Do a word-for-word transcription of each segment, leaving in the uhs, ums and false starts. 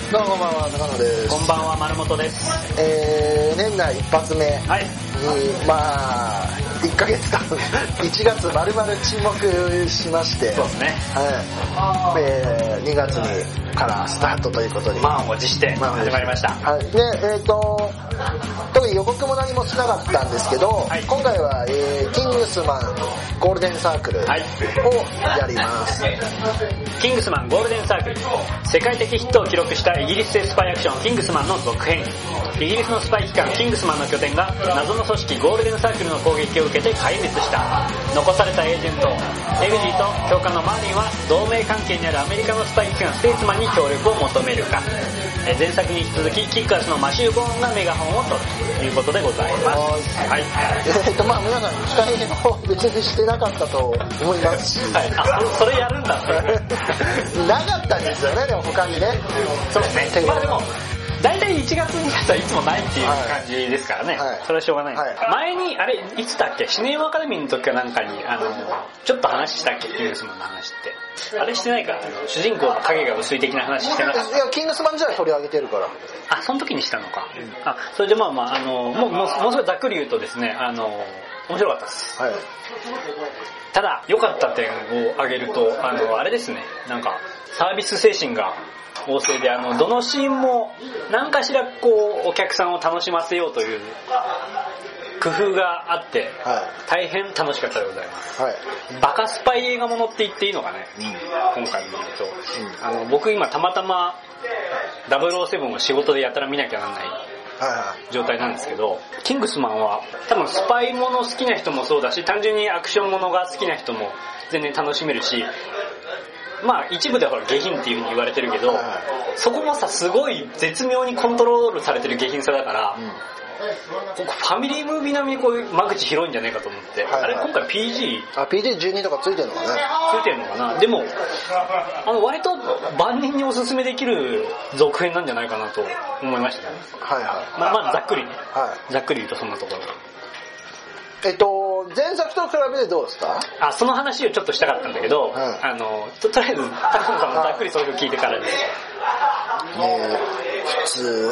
どうもこんばんは、中野です。 こんばんは、丸本です。 えー、年内一発目に、はい、まあいっかげつかんいちがつ丸々沈黙しまして、 そうですね、 はい、えー、にがつにからスタートということに満を持して始まりました。 はい、で、えーと特に予告も何もしなかったんですけど、はい、今回は、えー、キングスマンゴールデンサークルをやります、はい、 キングスマンゴールデンサークル、世界的ヒットを記録したイギリス製スパイアクションキングスマンの続編。イギリスのスパイ機関キングスマンの拠点が謎の組織ゴールデンサークルの攻撃を受けて壊滅した。残されたエージェントエグジーと教官のマーリンは同盟関係にあるアメリカのスパイ機関ステイツマンに協力を求めるか。前作に引き続きキックアスのマシュー・ボーンがメガホンを取るということでございます。はい、 えーとまあ皆さん期待を別にしてなかったと思いますし、 はい、あ そ, それやるんだってなかったんですよね。でも他にね、 そうですね、まあでも大体いちがつにがつはいつもないっていう感じですからね、はい、それはしょうがない、はい、前にあれいつだっけ、シネマアカデミーの時かなんかにあのちょっと話したっけ、キングスマンの話ってあれしてないか、あの主人公の影が薄い的な話してなかった。 いやキングスマン自体取り上げてるから、 あその時にしたのか、うん、あそれでまあまああのもうもうもうすごいざっくり言うとですね、あの面白かったです、はい、ただ良かった点を挙げるとあのあれですね、なんかサービス精神が旺盛で、あのどのシーンも何かしらこうお客さんを楽しませようという工夫があって、はい、大変楽しかったでございます、はい、バカスパイ映画ものって言っていいのかね、うん、今回見ると、うん、あの僕今たまたまダブルオーセブンを仕事でやったら見なきゃならない状態なんですけど、キングスマンは多分スパイもの好きな人もそうだし、単純にアクションものが好きな人も全然楽しめるし、まあ一部ではほら下品っていう風に言われてるけど、そこもさすごい絶妙にコントロールされてる下品さだから、うん、ここファミリームービー並みにこういう間口広いんじゃないかと思って、はいはい、あれ今回 ピージーあ ピージーじゅうに とかついてるのかね、 ついてるのかな。でもあの割と万人におすすめできる続編なんじゃないかなと思いましたね。 はいはい、 まあ、まあざっくりね、 はい、 ざっくり言うとそんなところ。 えっと前作と比べてどうですか？ あ、その話をちょっとしたかったんだけど、うん、あの と, とりあえず高野さんもざっくりそれを聞いてからです。 もう普通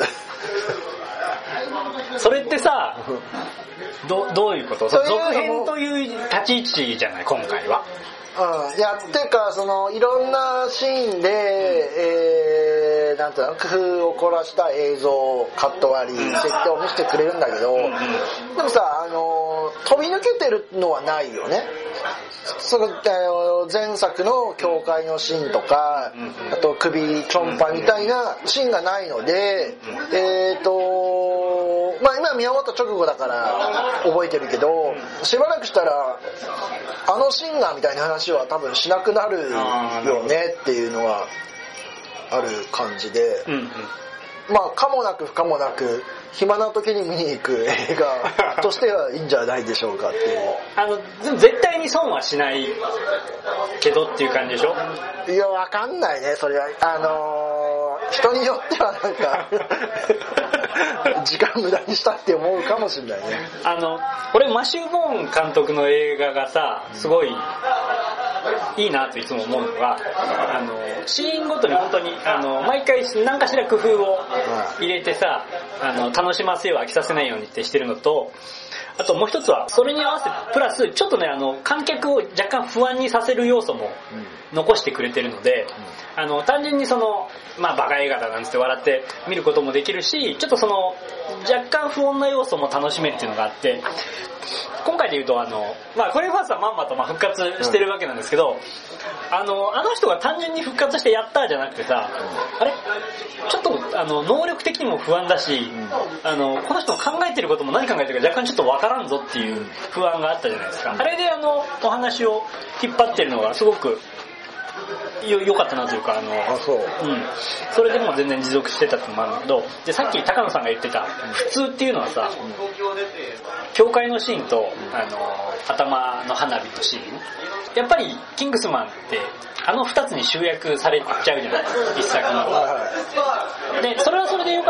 それってさど, どういうこと？続編という立ち位置じゃない今回は。 うん、いやてかそのいろんなシーンで、えー、なんていうの工夫を凝らした映像カット割り、うん、設定を見せてくれるんだけど、うんうん、でもさあの飛び抜けてるのはないよね。その前作の教会のシーンとか、うん、あと首ちょんぱみたいなシーンがないので、うん、えーとまあ今見終わった直後だから覚えてるけど、しばらくしたらあのシーンがみたいな話は多分しなくなるよねっていうのはある感じで、うんうん、まあ可もなく不可もなく暇な時に見に行く映画としてはいいんじゃないでしょうかっていうあの絶対に損はしないけどっていう感じでしょ。 いやわかんないねそれは。あのー、人によってはなんか時間無駄にしたって思うかもしれないね。 あの俺マシュー・ボーン監督の映画がさすごいいいなといつも思うのが、あのシーンごとに本当にあの毎回何かしら工夫を入れてさ、あの楽しませよう飽きさせないようにってしてるのと、あともう一つはそれに合わせてプラスちょっとねあの観客を若干不安にさせる要素も残してくれてるので、あの単純にそのまあバカ映画だなんつって笑って見ることもできるし、ちょっとその若干不穏な要素も楽しめるっていうのがあって、今回で言うとあのまあコレンファースはまんまとまあ復活してるわけなんですけど、あのあの人が単純に復活してやったーじゃなくてさ、あれちょっとあの能力的にも不安だし、あのこの人の考えてることも何考えてるか若干ちょっとわからんぞっていう不安があったじゃないですか。あれであのお話を引っ張ってるのがすごくよ良かったなというか、あのあそう、うん、 それでも全然持続してたってのもあるんだけど、でさっき高野さんが言ってた普通っていうのはさ、うん、教会のシーンとあの頭の花火のシーン、やっぱりキングスマンってあの二つに集約されちゃうじゃない一作の。でそれはそれで良か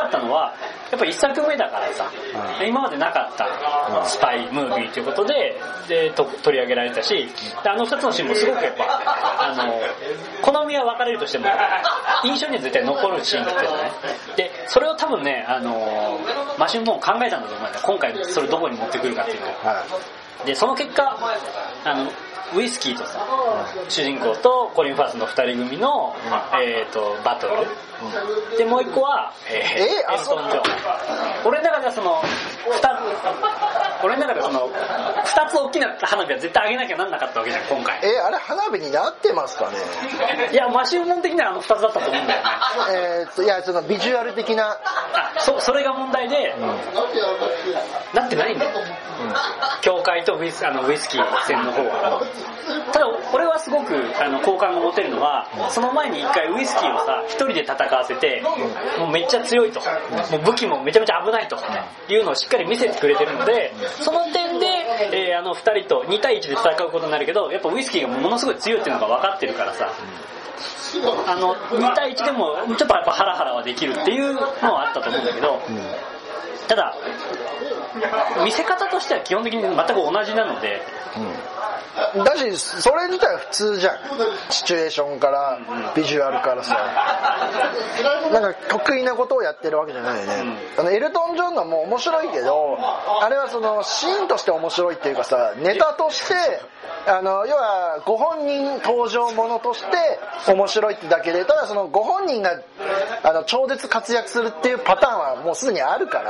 ったのはやっぱ一作目だからさ、うん、今までなかったスパイムービーということで、でと取り上げられたし、であの二つのシーンもすごくやっぱあの好みは分かれるとしても印象には絶対残るシーンだったよね。でそれを多分ねあのマシュー・ボーン考えたんだと思うんだよ、今回それどこに持ってくるかっていうのを、はい、でその結果あのウイスキーとさ、うん、主人公とコリン・ファースの二人組の、うんえー、とバトル、うん、でもう一個は、えー、エルトン・ジョン。俺の中ではその二俺の中ではその二つ大きな花火は絶対上げなきゃなんなかったわけじゃん今回。 えー、あれ花火になってますかね。 いやマシュー・モン的にはあの二つだったと思うんだよね。 えー、っといやそのビジュアル的なあ そ, それが問題で、うん、なってないんだよ、うん、教会とウイスあのウイスキー戦の方は。ただ俺はすごくあの好感が持てるのは、その前に一回ウイスキーをさ一人で戦わせて、もうめっちゃ強いと、もう武器もめちゃめちゃ危ないというのをしっかり見せてくれてるので、その点で、えー、あの二人とに対いちで戦うことになるけど、やっぱウイスキーがものすごい強いっていうのが分かってるからさ、あのに対いちでもちょっとやっぱハラハラはできるっていうのはあったと思うんだけど、ただ見せ方としては基本的に全く同じなので、 うん、だしそれ自体は普通じゃん。シチュエーションからビジュアルからさ、なんか得意なことをやってるわけじゃないよね、うん、あのエルトン・ジョンのも面白いけど、あれはそのシーンとして面白いっていうかさ、ネタとしてあの要はご本人登場ものとして面白いってだけで、ただそのご本人があの超絶活躍するっていうパターンはもうすでにあるから、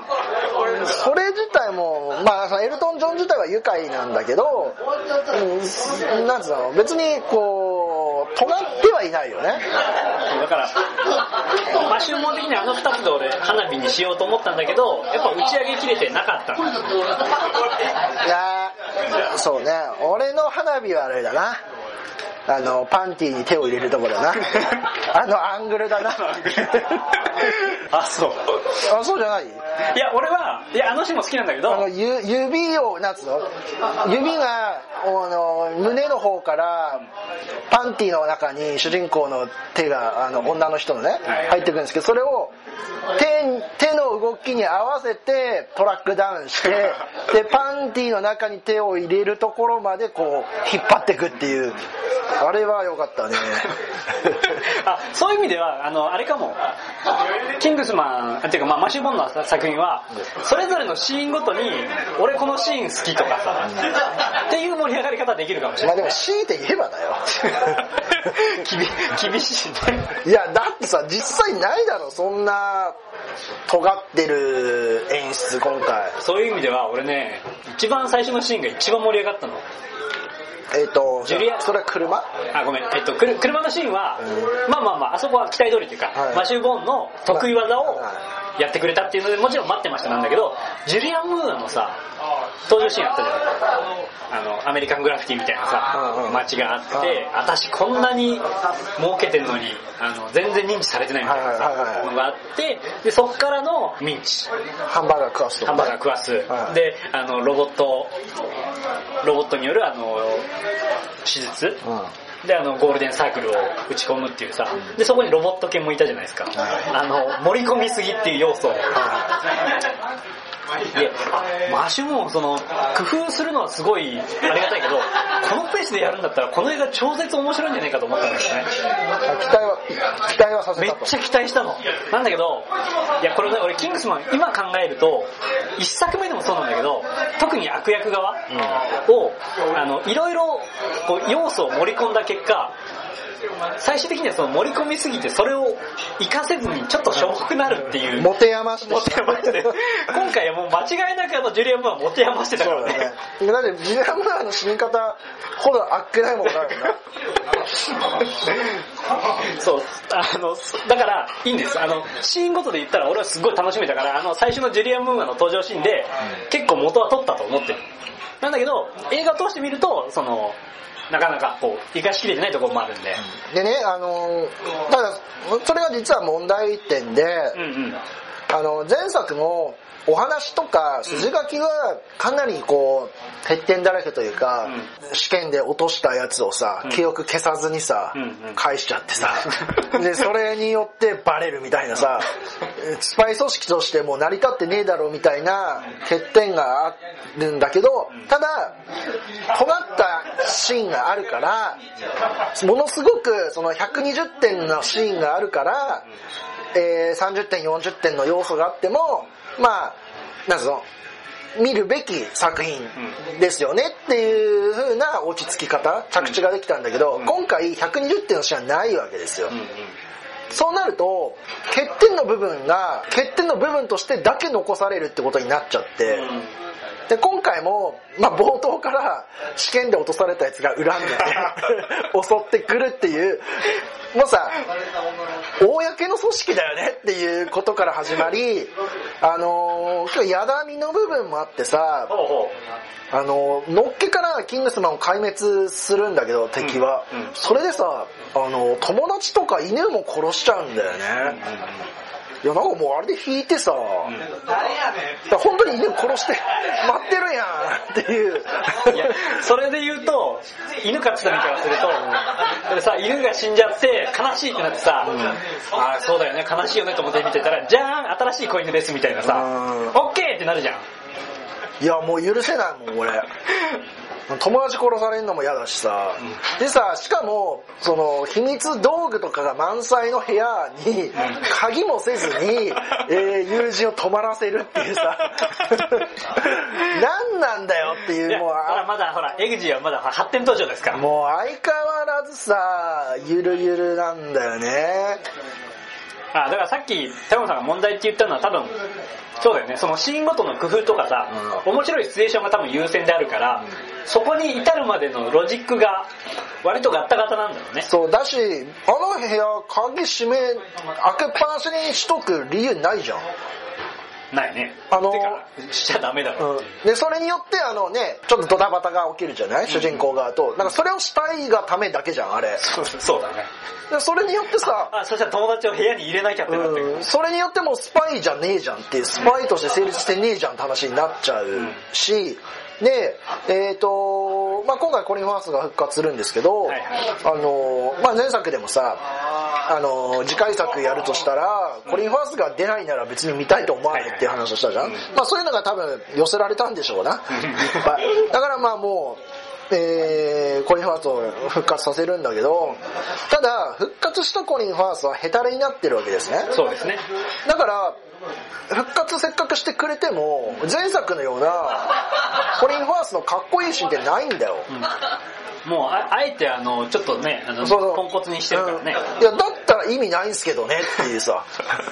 それ自体もまあエルトン・ジョン自体は愉快なんだけど、うん、なんつうの別にこう尖ってはいないよね。 だからマシューモン的にあのふたつで俺花火にしようと思ったんだけど、やっぱ打ち上げきれてなかったの。いやそうね、俺の花火はあれだな、あのパンティーに手を入れるところだなあのアングルだなあそうあそうじゃない。 いや俺はいやあのシーンも好きなんだけど、 あの指をなんつうの指があの胸の方からパンティーの中に主人公の手があの女の人のね入ってくるんですけど、それを 手, 手の動きに合わせてトラックダウンしてでパンティーの中に手を入れるところまでこう引っ張っていくっていう、あれは良かったねあそういう意味ではあのあれかも、キングスマンっていうか、まあ、マシュー・ボンの作品はそれぞれのシーンごとに俺このシーン好きとかさっていう盛り上がり方できるかもしれない。 まあでも強いて言えばだよ厳しいね。 いやだってさ実際ないだろそんな尖ってる演出今回。 そういう意味では俺ね一番最初のシーンが一番盛り上がったの。 えっ、ー、とジュリアそれは車あごめん、えっと、車のシーンは、うん、まあまあまああそこは期待通りというか、はい、マシュー・ボーンの得意技をやってくれたっていうのでもちろん待ってましたなんだけど、ジュリアン・ムーアのさ登場シーンあったじゃん、あのアメリカングラフィティみたいなさ、うんうん、街があって、私こんなに儲けてんのにあの全然認知されてないみたいなさ、はいはいはい、のがあって、でそっからのミンチハンバーガー食わすとハンバーガー食わす、はい、であのロボットロボットによるあの手術、うん、であのゴールデンサークルを打ち込むっていうさ、でそこにロボット犬もいたじゃないですか、はい、あの盛り込みすぎっていう要素を、はいでマシュもその工夫するのはすごいありがたいけど、このペースでやるんだったらこの映画超絶面白いんじゃないかと思ったんですよね。 期待は期待はさせたと。 めっちゃ期待したのなんだけど、いやこれね俺キングスマン今考えると一作目でもそうなんだけど、特に悪役側を、うん、あのいろいろこう要素を盛り込んだ結果、最終的にはその盛り込みすぎてそれを活かせずにちょっとしょぼくなるっていう持て余して持て余して今回はもう間違いなくあのジュリアン・ムーア持て余してたからね。 そうだね。だってジュリアン・ムーアの死に方ほどあっけないもんなるなそうあのだからいいんです。あのシーンごとで言ったら俺はすごい楽しめたから、あの最初のジュリアン・ムーアの登場シーンで結構元は取ったと思ってる。なんだけど映画を通してみるとそのなかなかこう生かしきれてないところもあるんで、 でね、あのー、ただそれが実は問題点で、うんうん、 あの前作のお話とか筋書きはかなりこう欠点だらけというか、うん、試験で落としたやつをさ、うん、記憶消さずにさ、うんうん、返しちゃってさでそれによってバレるみたいなさスパイ組織としてもう成り立ってねえだろうみたいな欠点があるんだけど、ただ尖ったシーンがあるからものすごくそのひゃくにじゅってんのシーンがあるから、えー、さんじゅってんよんじゅってんの要素があってもまあなんぞ見るべき作品ですよねっていう風な落ち着き方着地ができたんだけど、うん、今回ひゃくにじゅってんのシーンはないわけですよ、うんうん、そうなると欠点の部分が欠点の部分としてだけ残されるってことになっちゃって、うん、で今回も、まあ、冒頭から試験で落とされたやつが恨んで襲ってくるっていうもうさ公の組織だよねっていうことから始まり、あのー、今日やだみの部分もあってさ、あのー、のっけからキングスマンを壊滅するんだけど敵は、うんうん、それでさ、あのー、友達とか犬も殺しちゃうんだよね、うんうん、いやなんかもうあれで引いてさ、うん、だ本当に犬殺して待ってるやんっていういやそれで言うと犬飼ってた身からすると、うん、さ犬が死んじゃって悲しいってなってさ、うん、ああそうだよね悲しいよねと思って見てたらじゃあ新しい子犬ですみたいなさ、うん、オッケーってなるじゃん。 いやもう許せないもん俺友達殺されるのも嫌だしさ、うん、でさしかもその秘密道具とかが満載の部屋に鍵もせずに、えー、友人を泊まらせるっていうさ何なんだよっていう、もうほらまだほらエグジーはまだ発展途上ですから、 もう相変わらずさゆるゆるなんだよね。 あだからさっき田山さんが問題って言ったのは多分そうだよね、そのシーンごとの工夫とかさ、うん、面白いシチュエーションが多分優先であるから、うん、そこに至るまでのロジックが割とガッタガタなんだろうね。 そうだし、あの部屋鍵閉め開けっぱなしにしとく理由ないじゃん。 ないね。 あのしちゃダメだろう、 うん、でそれによってあのねちょっとドタバタが起きるじゃない、うん、主人公側となんかそれをしたいがためだけじゃんあれ。 そうそうだね。 でそれによってさああそしたら友達を部屋に入れなきゃってなってる、 うん、それによってもうスパイじゃねえじゃんってスパイとして成立してねえじゃんって話になっちゃうし、うん、でえっ、ー、とまあ今回コリン・ファースが復活するんですけど、はいはい、あのまあ前作でもさあの次回作やるとしたらコリン・ファースが出ないなら別に見たいと思わないっていう話をしたじゃん、まあそういうのが多分寄せられたんでしょうなだからまあもうえー、コリン・ファースを復活させるんだけど、ただ復活したコリン・ファースはヘタレになってるわけですね。 そうですね。 だから復活せっかくしてくれても前作のようなコリン・ファースのかっこいいシーンってないんだよ、 うん、もう あ, あえてあのちょっとねあのそうそうポンコツにしてるからね、 うん、いやだったら意味ないんすけどねっていうさ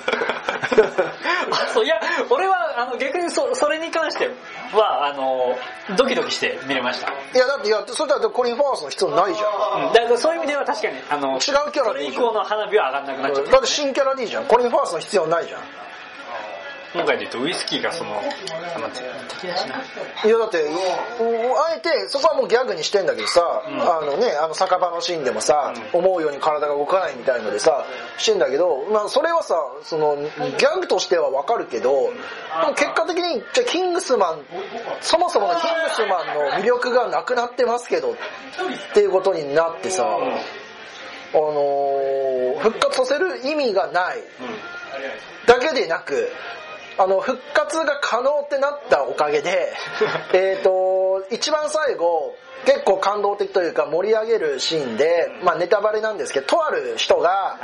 あそういや俺はあの逆に そ, それに関してはあのドキドキして見れました。 いやだっていやそれだってコリン・ファースの必要ないじゃん、 うん、だからそういう意味では確かにあの違うキャラでいいじゃん。 それ以降の花火は上がんなくなっちゃう、 うん、だって新キャラでいいじゃん。コリン・ファースの必要ないじゃん。 今回で言うとウイスキーがその敵だしな。 いやだってあえてそこはもうギャグにしてんだけどさ、うん、あのねあの酒場のシーンでもさ、うん、思うように体が動かないみたいのでさしてんだけど、まあそれはさそのギャグとしてはわかるけど、でも結果的にじゃキングスマンそもそものキングスマンの魅力がなくなってますけどっていうことになってさ、うん、あのー、復活させる意味がない、うん、だけでなくあの復活が可能ってなったおかげでえっと一番最後結構感動的というか盛り上げるシーンで、まあネタバレなんですけど、とある人が、はい、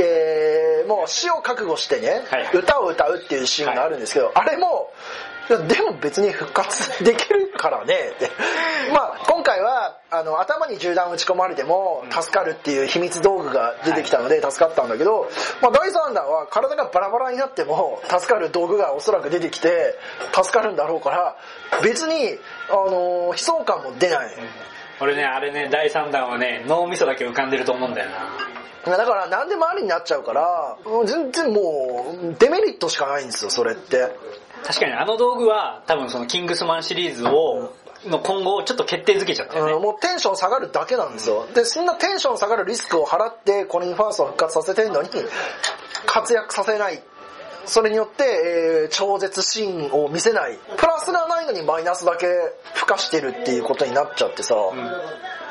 えー、もう死を覚悟してね、はい、歌を歌うっていうシーンがあるんですけど、はい、あれもでも別に復活できるからねってまあ今回はあの頭に銃弾打ち込まれても助かるっていう秘密道具が出てきたので助かったんだけど、まあだいさんだんは体がバラバラになっても助かる道具がおそらく出てきて助かるんだろうから別にあの悲壮感も出ない、うん、 俺ねあれねだいさんだんはね脳みそだけ浮かんでると思うんだよな。 だから何でもありになっちゃうから全然もうデメリットしかないんですよそれって。 確かにあの道具は多分そのキングスマンシリーズをの今後をちょっと決定づけちゃったよね、 うん、もうテンション下がるだけなんですよ、うん、でそんなテンション下がるリスクを払ってコリン・ファースを復活させてるのに活躍させないそれによって、えー、超絶シーンを見せない。プラスがないのにマイナスだけ付加してるっていうことになっちゃってさ、うん、なんか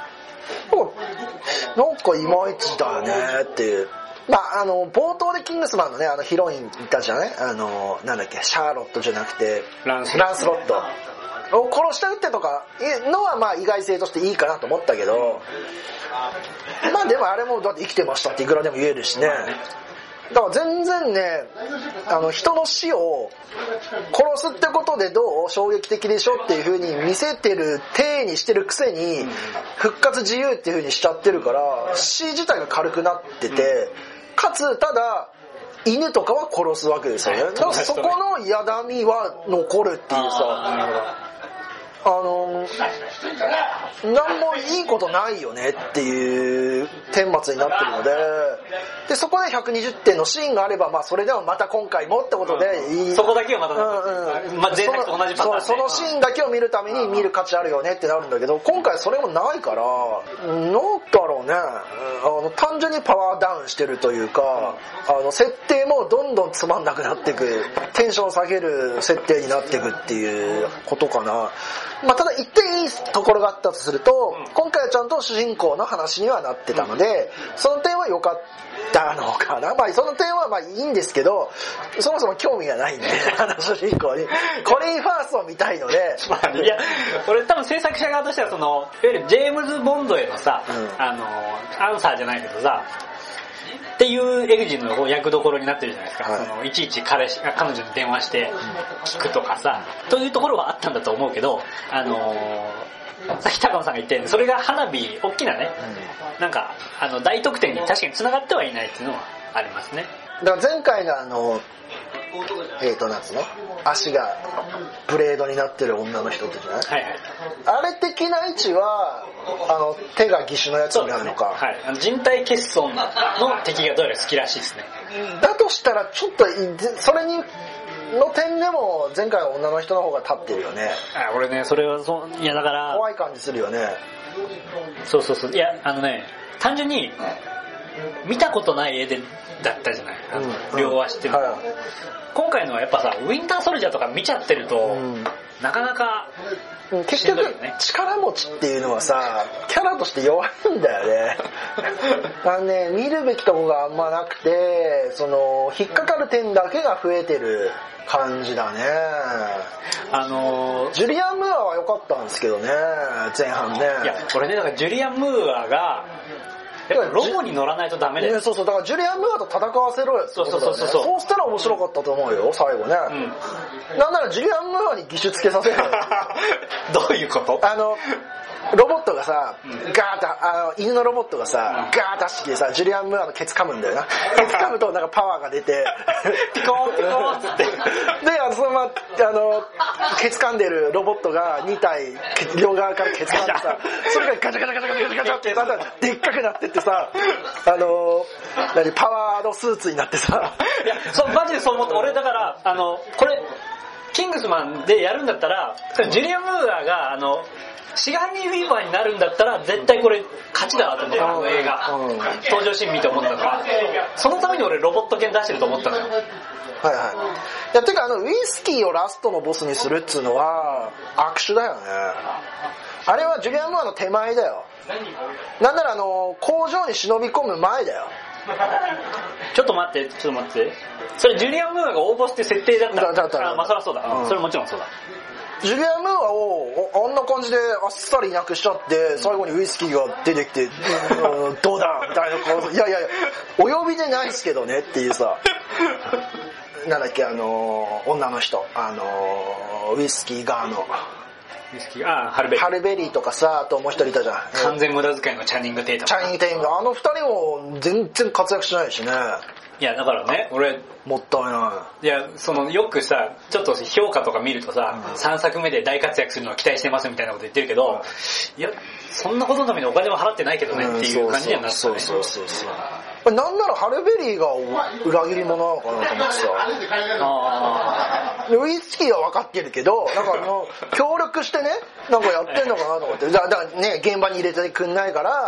いまいちだよねっていう。まあ、あの冒頭でキングスマンのねあのヒロインいたじゃない、あのなんだっけ、シャーロットじゃなくてランスロットを殺したってとかのはまあ意外性としていいかなと思ったけど、まあでもあれもだって生きてましたっていくらでも言えるしね。だから全然ね、あの人の死を殺すってことでどう衝撃的でしょっていう風に見せてる体にしてるくせに復活自由っていう風にしちゃってるから、死自体が軽くなってて、かつただ犬とかは殺すわけですよね。だからそこのやだみは残るっていうさ、あの何もいいことないよねっていう顛末になってるので、でそこでひゃくにじゅってんのシーンがあれば、まあそれでもまた今回もってことで、 うん、そこだけはまた、うんうんまあ、前作と同じパターン、ね、 そのシーンだけを見るために見る価値あるよねってなるんだけど、今回それもないから、なんだろうね、あの単純にパワーダウンしてるというか、あの設定もどんどんつまんなくなっていく、テンションを下げる設定になっていくっていうことかな。まあ、ただ一点いいところがあったとすると、今回はちゃんと主人公の話にはなってたので、その点は良かったのかな。まあその点はまあいいんですけど、そもそも興味がないんで、あの主人公にコリン・ファースを見たいので、 まあ、いや俺多分制作者側としてはそのいわゆるジェームズ・ボンドへのさ、うん、あのアンサーじゃないけどさっていうエグジンの役どころになってるじゃないですか、はい、そのいちいち彼氏彼女に電話して聞くとかさ、うん、というところはあったんだと思うけど、あのー、さっき高野さんが言ったようにそれが花火大きなね、うん、なんかあの大得点に確かに繋がってはいないっていうのはありますね。 だから前回のあのえーとなんつうの足がブレードになってる女の人ってじゃない、はいはい、あれ的な位置はあの手が義手のやつになるのか、 はい、あの人体欠損の敵がどうやら好きらしいですね。 だとしたらちょっとそれにの点でも前回の女の人の方が立ってるよね。 あ俺ねそれはそういやだから怖い感じするよね。 そうそうそういやあのね単純に見たことない絵でだったじゃない、あの、うん、両足っていうのは、はい、今回のはやっぱさウィンターソルジャーとか見ちゃってると、うん、なかなか結局力持ちっていうのはさキャラとして弱いんだよねあのね見るべきとこがあんまなくて、その引っかかる点だけが増えてる感じだね。あのー、ジュリアン・ムーアは良かったんですけどね前半ね。 いや俺ねだからジュリアン・ムーアがロボに乗らないとダメだよ、 ね、そうそうだからジュリアン・ムーアと戦わせろよってことだよね。そうそうそうそうそうしたら面白かったと思うよ最後ね、うん、なんならジュリアン・ムーアに義手つけさせるどういうこと？ あのロボットがさ、うん、ガーッとあの犬のロボットがさ、うん、ガーッと出してきてさジュリアン・ムーアのケツ噛むんだよなケツ噛むとなんかパワーが出てピコーンピコーンっつってであのそのままあのケツ噛んでるロボットがにたい両側からケツ噛んでさそれがガチャガチャガチャガチャガチャってだんだんでっかくなってってさあの何パワーのスーツになってさいやそうマジでそう思って俺だからあのこれキングスマンでやるんだったらジュリアン・ムーアがあのシガニー・ウィーバーになるんだったら絶対これ勝ちだなと思ったの映画、うん、登場シーン見て思ったのはそのために俺ロボット犬出してると思ったのよ。 はいはい。いやてかあのウイスキーをラストのボスにするっつうのは悪手だよね。あれはジュリアン・ムーアの手前だよ。なんならあの工場に忍び込む前だよ。 ちょっと待ってちょっと待ってそれジュリアン・ムーアが応募して設定だったらだだだあまあそりゃそうだ、うん、それもちろんそうだ。 ジュリアン・ムーアをあんな感じであっさりいなくしちゃって最後にウイスキーが出てきて、うん、どうだみたいな顔いやいやいやお呼びでないっすけどねっていうさなんだっけあの女の人あのウイスキー側のウイスキーあハルベリーハルベリーとかさあともう一人いたじゃん完全無駄遣いのチャニング・テイタムチャニング・テイタムあの二人も全然活躍しないしね。 いやだからね俺もったいない。 いやそのよくさちょっと評価とか見るとさ、うん、さんさくめで大活躍するのを期待してますみたいなこと言ってるけど、いやそんなことのためにお金は払ってないけどねっていう感じにはなってたね。 そうそうそうそうなんならハルベリーが裏切り者なのかなと思ってさあウイスキーは分かってるけどなんかあの協力してねなんかやってんのかなと思ってだからね現場に入れてくんないから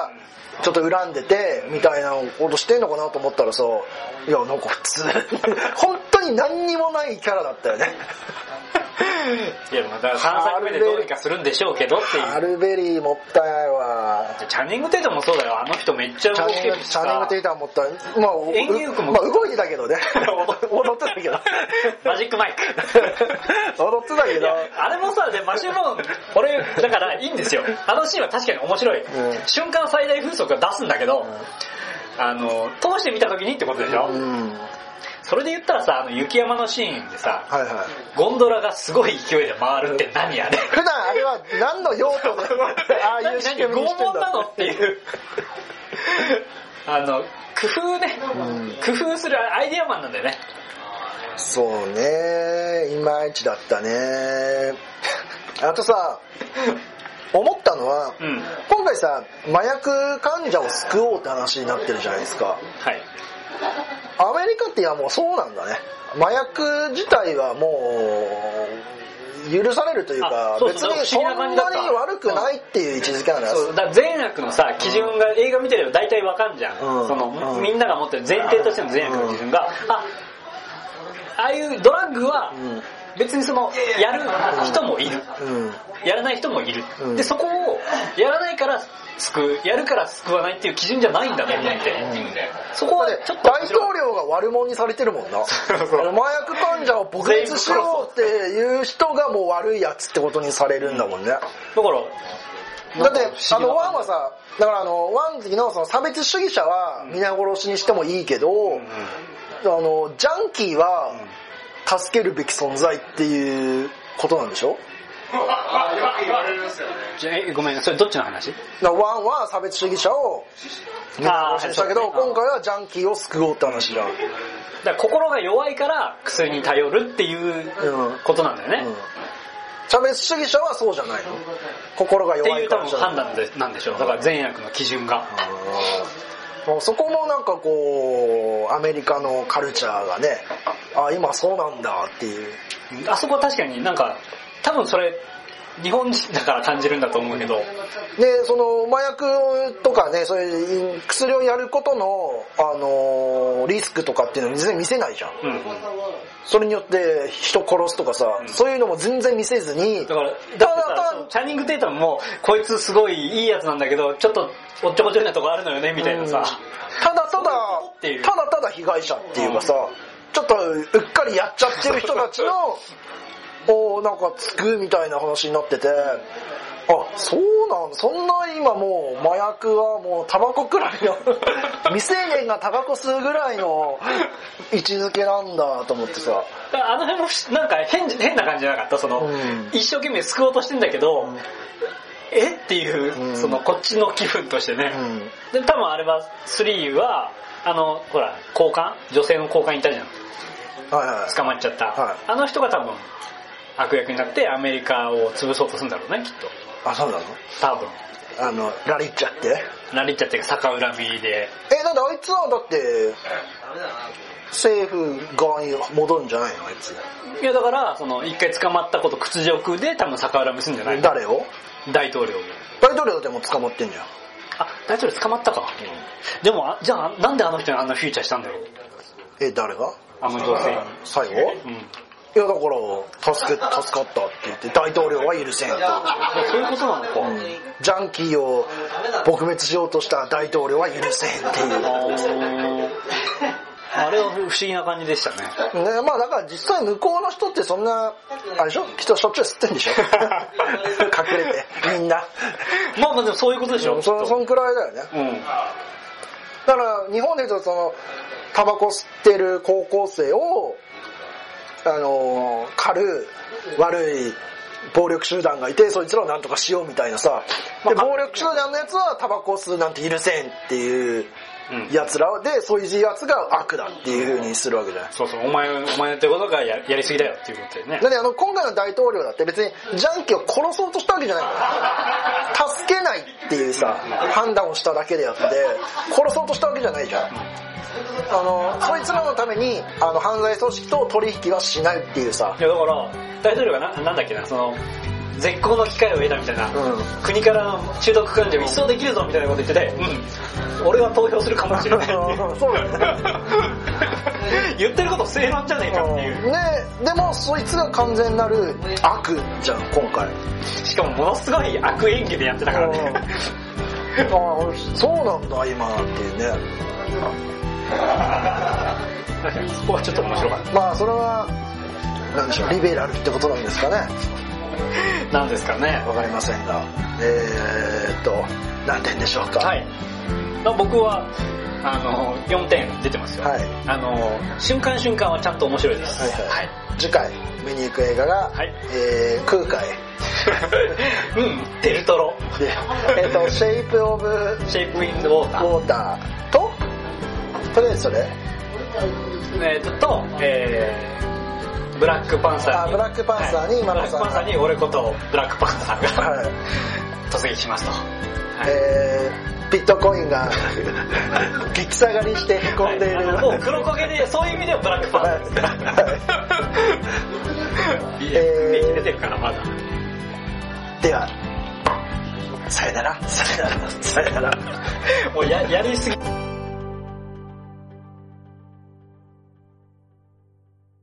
ちょっと恨んでてみたいなことしてんのかなと思ったらさ、いやなんか普通本当に何にもないキャラだったよね。 いや、だからさんさくめでどうにかするんでしょうけどっていう。 ハルベリーもったいないわ。 チャニング・テイタムもそうだよ。あの人めっちゃ動いてるしさ。 チャニング・テイタムもったいない。まあ、 演技力も、 まあ、動いてたけどね。踊ってたけど。 マジックマイク。 踊ってたけど。 あれもさ、でマシューモン、俺、だからいいんですよ。あのシーンは確かに面白い。うん、瞬間最大風速が出すんだけど、うん、あの、通してみた時にってことでしょ。うんそれで言ったらさ、あの雪山のシーンでさ、はいはい、ゴンドラがすごい勢いで回るって何あれ普段あれは何の用途でああいうシステムにしてんだ拷問なのっていうあの工夫ね、うん、工夫するアイデアマンなんだよね。 そうね、いまいちだったね。あとさ思ったのは、うん、今回さ麻薬患者を救おうって話になってるじゃないですか。はい。アメリカっていやもうそうなんだね。麻薬自体はもう許されるというか、別にそんなに悪くないっていう位置づけなんだよ。 そうだ、善悪のさ基準が映画見てれば大体わかんじゃん。うん、その、うん、みんなが持ってる前提としての善悪の基準が、うん、あ、ああいうドラッグは別にそのやる人もいる、うん、やらない人もいる。うん、でそこをやらないから救う、やるから救わないっていう基準じゃないんだと思って、うん、そこはね、ちょっと大統領が悪者にされてるもんな。麻薬患者を撲滅しようっていう人がもう悪いやつってことにされるんだもんね。だからだってあのワンはさ、だからあのワンの時のその差別主義者は皆殺しにしてもいいけど、うん、あのジャンキーは助けるべき存在っていうことなんでしょ。 ごめん、それどっちの話？ ワンは差別主義者を見殺しにしたけど、今回はジャンキーを救おうって話だ。 だから心が弱いから薬に頼るっていうことなんだよね。うんうん、 差別主義者はそうじゃないの？心が弱いからっていう多分判断でなんでしょう。だから善悪の基準が。 そこもなんかこうアメリカのカルチャーがね、あ今そうなんだっていう。 あそこは確かになんか多分それ日本人だから感じるんだと思うけど、 でその麻薬とかね、そういう薬をやることの、あのー、リスクとかっていうのを全然見せないじゃん、うんうん、それによって人殺すとかさ、うん、そういうのも全然見せずに、 だからだってさチャニング・テイタムもこいつすごいいいやつなんだけどちょっとおっちょこちょいなとこあるのよねみたいなさ、うん、 ただただただただ被害者っていうかさ、うん、ちょっとうっかりやっちゃってる人たちのをなんかつくみたいな話になってて、あ、そうなん、そんな今もう麻薬はもうタバコくらいの未成年がタバコ吸うぐらいの位置づけなんだと思ってさ、 あの辺もなんか 変, 変な感じじゃなかった？その、うん、一生懸命救おうとしてんだけど、うん、えっていう、うん、そのこっちの気分としてね、うん、で多分あれはスリーはあのほら交換女性の交換いたじゃん、はいはい、捕まっちゃった、はい、あの人が多分悪役になってアメリカを潰そうとするんだろうねきっと。 あ、そうなの？ 多分あのラリッチャってラリッチャって逆恨みで、 え、だってあいつはだって政府側に戻るんじゃないのあいつ。 いやだからその一回捕まったこと屈辱で多分逆恨みするんじゃないの？ 誰を？ 大統領を。 大統領だってもう捕まってんじゃん。 あ、大統領捕まったか、うん、でもじゃあなんであの人にあんなフィーチャーしたんだろう。 え、誰が？ あの女性に最後？うん、いやだから助け助かったって言って大統領は許せんと。 そういうことなのか、うん、 ジャンキーを撲滅しようとした大統領は許せんっていう。 あれは不思議な感じでしたね。 ね、まあだから実際向こうの人ってそんなあれでしょ、人しょっちゅう吸ってんでしょ隠れてみんな。 まあまあでもそういうことでしょ。 そそんくらいだよね。うん。だから日本で言うとそのタバコ吸ってる高校生をあの狩る悪い暴力集団がいて、そいつらをなんとかしようみたいなさ、で暴力集団のやつはタバコを吸うなんて許せんっていうやつらで、そういうやつが悪だっていう風にするわけじゃない。 そうそう、お前お前のってことが や, やりすぎだよっていうことでね。 だってあの今回の大統領だって別にジャンキーを殺そうとしたわけじゃないから助けないっていうさ判断をしただけであって殺そうとしたわけじゃないじゃん。あのそいつらのためにあの犯罪組織と取引はしないっていうさ。 いやだから大統領が な, なんだっけなその絶好の機会を得たみたいな、うん、国から中毒患者を一掃できるぞみたいなこと言ってて、うん、俺は投票するかもしれないっていうそうだね言ってること正論じゃねえかっていうね。でもそいつが完全なる悪じゃん今回。 しかもものすごい悪演技でやってたからねああそうなんだ今っていうねそこはちょっと面白かった。 まあそれはなんでしょう、リベラルってことなんですかね。 なんですかね、 わかりませんが、えーっと何点でしょうか。 はい、まあ、僕はあのよんてん出てますよ、はい、あの瞬間瞬間はちゃんと面白いです、はいはいはい、 次回見に行く映画が、はいえー、空海うんデルトロで、えーっとシェイプオブシェイプインドウォーターウォーターととりあえずそれえーっとえーブラックパンサーにあブラックパンサーに今野さん、はい、ブラックパンサーに俺ことブラックパンサーが、はい、突撃しますと、はいえー、ビットコインが激下がりしてへこんでいる、 はい、もう黒焦げでそういう意味ではブラックパンサーですから、はい、いや、えー、出てるからまだ。 ではさよならさよならさよならもう や, やりすぎ